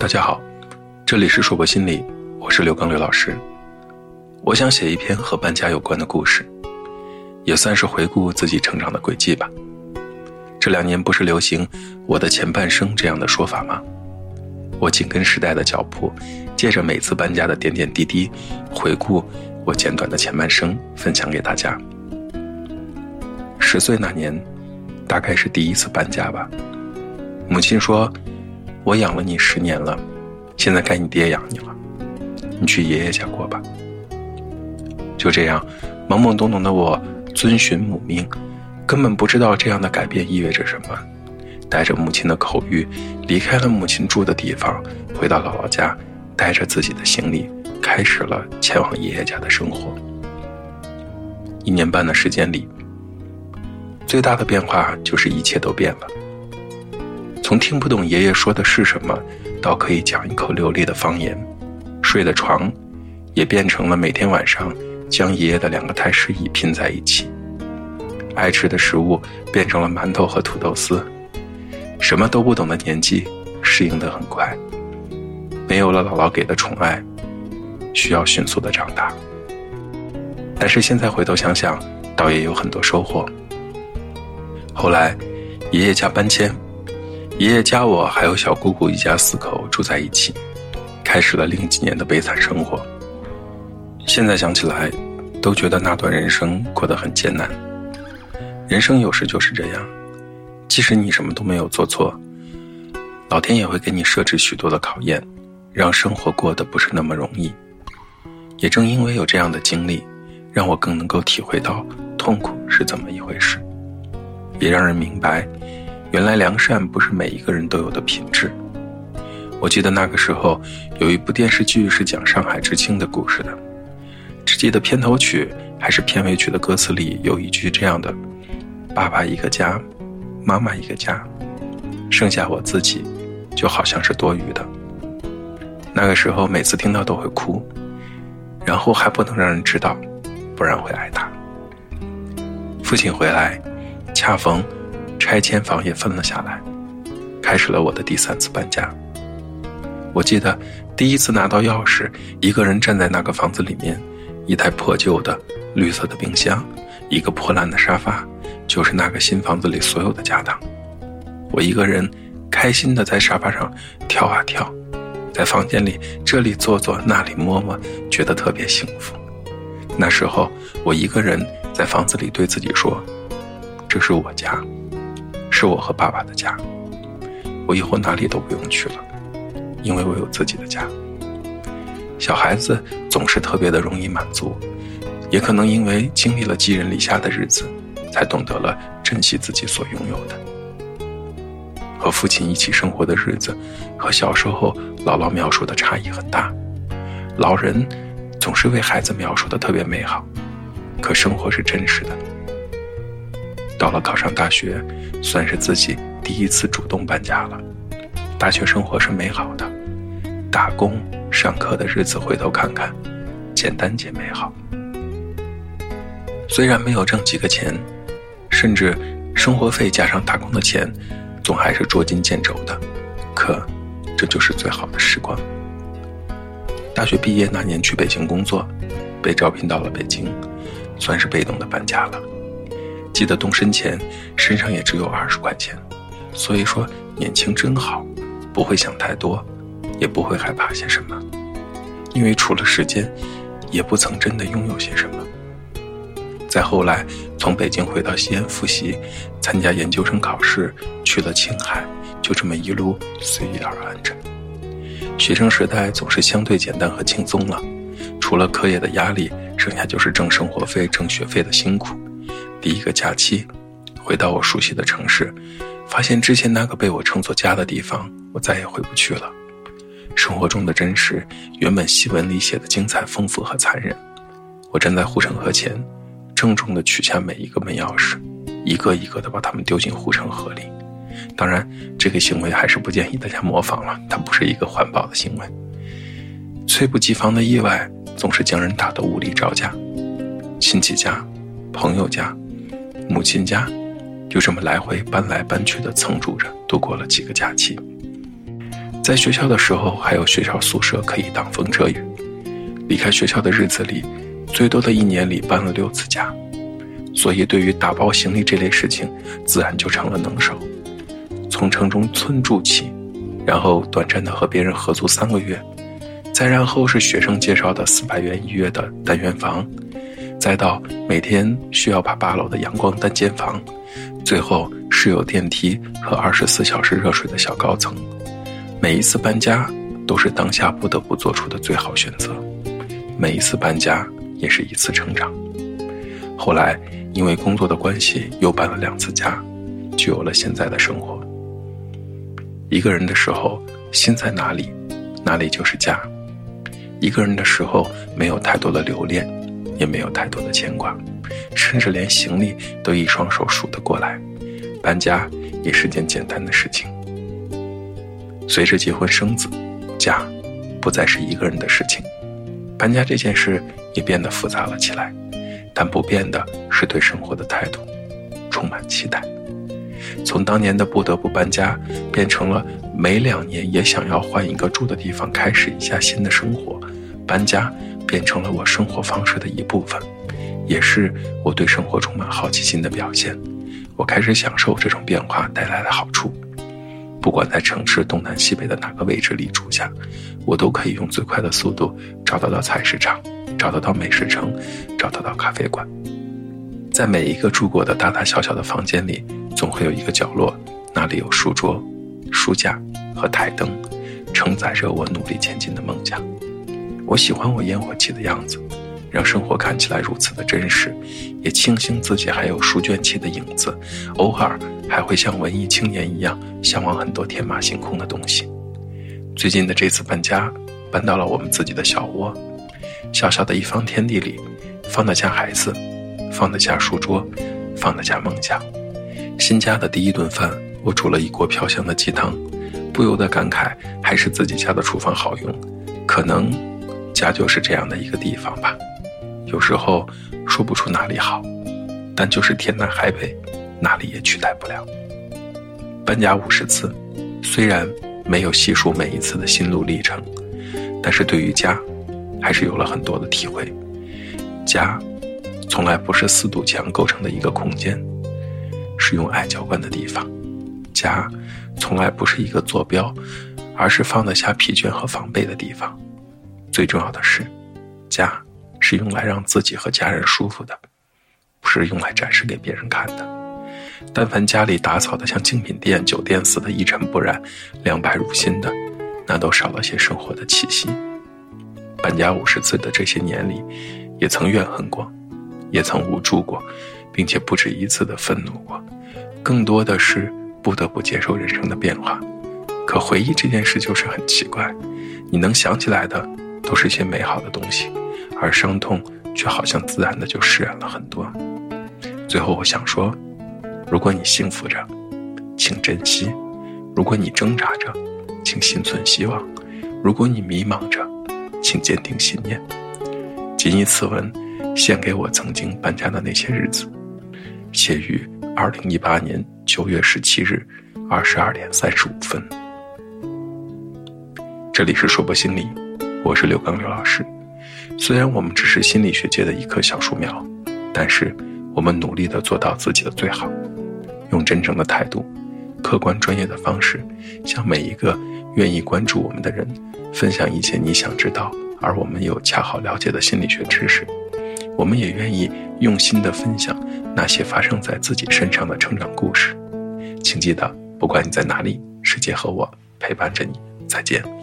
大家好，这里是硕博心理，我是刘刚刘老师。我想写一篇和搬家有关的故事，也算是回顾自己成长的轨迹吧。这2年不是流行我的前半生这样的说法吗？我紧跟时代的脚步，借着每次搬家的点点滴滴，回顾我简短的前半生，分享给大家。10岁那年，大概是第一次搬家吧。母亲说，我养了你10年了，现在该你爹养你了，你去爷爷家过吧。就这样，懵懵懂懂的我遵循母命，根本不知道这样的改变意味着什么。带着母亲的口谕，离开了母亲住的地方，回到姥姥家，带着自己的行李，开始了前往爷爷家的生活。1年半的时间里，最大的变化就是一切都变了。从听不懂爷爷说的是什么，到可以讲一口流利的方言，睡的床也变成了每天晚上将爷爷的2个太师椅拼在一起，爱吃的食物变成了馒头和土豆丝。什么都不懂的年纪，适应得很快，没有了姥姥给的宠爱，需要迅速的长大。但是现在回头想想，倒也有很多收获。后来爷爷家搬迁，爷爷家我还有小姑姑一家4口住在一起，开始了零几年的悲惨生活。现在想起来，都觉得那段人生过得很艰难。人生有时就是这样，即使你什么都没有做错，老天也会给你设置许多的考验，让生活过得不是那么容易。也正因为有这样的经历，让我更能够体会到痛苦是怎么一回事，也让人明白，原来良善不是每一个人都有的品质。我记得那个时候有一部电视剧是讲上海知青的故事的，只记得片头曲还是片尾曲的歌词里有一句这样的：爸爸一个家，妈妈一个家，剩下我自己就好像是多余的。那个时候每次听到都会哭，然后还不能让人知道，不然会挨打。父亲回来，恰逢拆迁房也分了下来，开始了我的第3次搬家。我记得第一次拿到钥匙，一个人站在那个房子里面，一台破旧的绿色的冰箱，一个破烂的沙发，就是那个新房子里所有的家当。我一个人开心地在沙发上跳啊跳，在房间里这里坐坐那里摸摸，觉得特别幸福。那时候我一个人在房子里对自己说，这是我家，是我和爸爸的家，我以后哪里都不用去了，因为我有自己的家。小孩子总是特别的容易满足，也可能因为经历了寄人篱下的日子，才懂得了珍惜自己所拥有的。和父亲一起生活的日子，和小时候姥姥描述的差异很大。老人总是为孩子描述的特别美好，可生活是真实的。到了考上大学，算是自己第一次主动搬家了。大学生活是美好的，打工上课的日子回头看看，简单且美好。虽然没有挣几个钱，甚至生活费加上打工的钱总还是捉襟见肘的，可这就是最好的时光。大学毕业那年去北京工作，被招聘到了北京，算是被动的搬家了。记得动身前身上也只有20块钱，所以说年轻真好，不会想太多，也不会害怕些什么，因为除了时间，也不曾真的拥有些什么。再后来从北京回到西安复习，参加研究生考试，去了青海，就这么一路随遇而安着。学生时代总是相对简单和轻松了，除了课业的压力，剩下就是挣生活费挣学费的辛苦。第一个假期回到我熟悉的城市，发现之前那个被我称作家的地方我再也回不去了。生活中的真实，原本戏文里写的精彩丰富和残忍。我站在护城河前，郑重地取下每一个门钥匙，一个一个地把它们丢进护城河里。当然这个行为还是不建议大家模仿了，它不是一个环保的行为。猝不及防的意外总是将人打得无力招架，亲戚家、朋友家、母亲家，就这么来回搬来搬去的蹭住着度过了几个假期。 在学校的时候，还有学校宿舍可以挡风遮雨。离开学校的日子里，最多的1年里搬了6次家，所以对于打包行李这类事情，自然就成了能手。从城中村住起，然后短暂的和别人合租3个月，再然后是学生介绍的400元1月的单元房，再到每天需要爬8楼的阳光单间房，最后是有电梯和24小时热水的小高层。每一次搬家都是当下不得不做出的最好选择，每一次搬家也是一次成长。后来因为工作的关系又搬了2次家，就有了现在的生活。一个人的时候，心在哪里，哪里就是家。一个人的时候，没有太多的留恋，也没有太多的牵挂，甚至连行李都一双手数得过来，搬家也是件简单的事情。随着结婚生子，家不再是一个人的事情，搬家这件事也变得复杂了起来，但不变的是对生活的态度，充满期待。从当年的不得不搬家，变成了每2年也想要换一个住的地方，开始一下新的生活。搬家变成了我生活方式的一部分，也是我对生活充满好奇心的表现。我开始享受这种变化带来的好处。不管在城市东南西北的哪个位置里住下，我都可以用最快的速度找得到菜市场，找得到美食城，找得到咖啡馆。在每一个住过的大大小小的房间里，总会有一个角落，那里有书桌、书架和台灯，承载着我努力前进的梦想。我喜欢我烟火气的样子，让生活看起来如此的真实，也庆幸自己还有书卷气的影子，偶尔还会像文艺青年一样向往很多天马行空的东西。最近的这次搬家，搬到了我们自己的小窝，小小的一方天地里，放得下孩子，放得下书桌，放得下梦想。新家的第1顿饭，我煮了一锅飘香的鸡汤，不由得感慨，还是自己家的厨房好用。可能家就是这样的一个地方吧，有时候说不出哪里好，但就是天南海北，哪里也取代不了。搬家50次，虽然没有细数每一次的心路历程，但是对于家，还是有了很多的体会。家从来不是4堵墙构成的一个空间，是用爱浇灌的地方。家从来不是一个坐标，而是放得下疲倦和防备的地方。最重要的是，家是用来让自己和家人舒服的，不是用来展示给别人看的。但凡家里打扫得像精品店、酒店似的一尘不染、亮白如新的，那都少了些生活的气息。搬家50次的这些年里，也曾怨恨过，也曾无助过，并且不止一次的愤怒过，更多的是不得不接受人生的变化。可回忆这件事就是很奇怪，你能想起来的都是些美好的东西，而伤痛却好像自然的就释然了很多。最后我想说，如果你幸福着，请珍惜；如果你挣扎着，请心存希望；如果你迷茫着，请坚定信念。谨以此文献给我曾经搬家的那些日子，写于2018年9月17日22点35分。这里是说博心理，我是刘刚刘老师。虽然我们只是心理学界的一棵小树苗，但是我们努力地做到自己的最好，用真诚的态度、客观专业的方式，向每一个愿意关注我们的人分享一些你想知道而我们又恰好了解的心理学知识。我们也愿意用心地分享那些发生在自己身上的成长故事。请记得，不管你在哪里，世界和我陪伴着你。再见。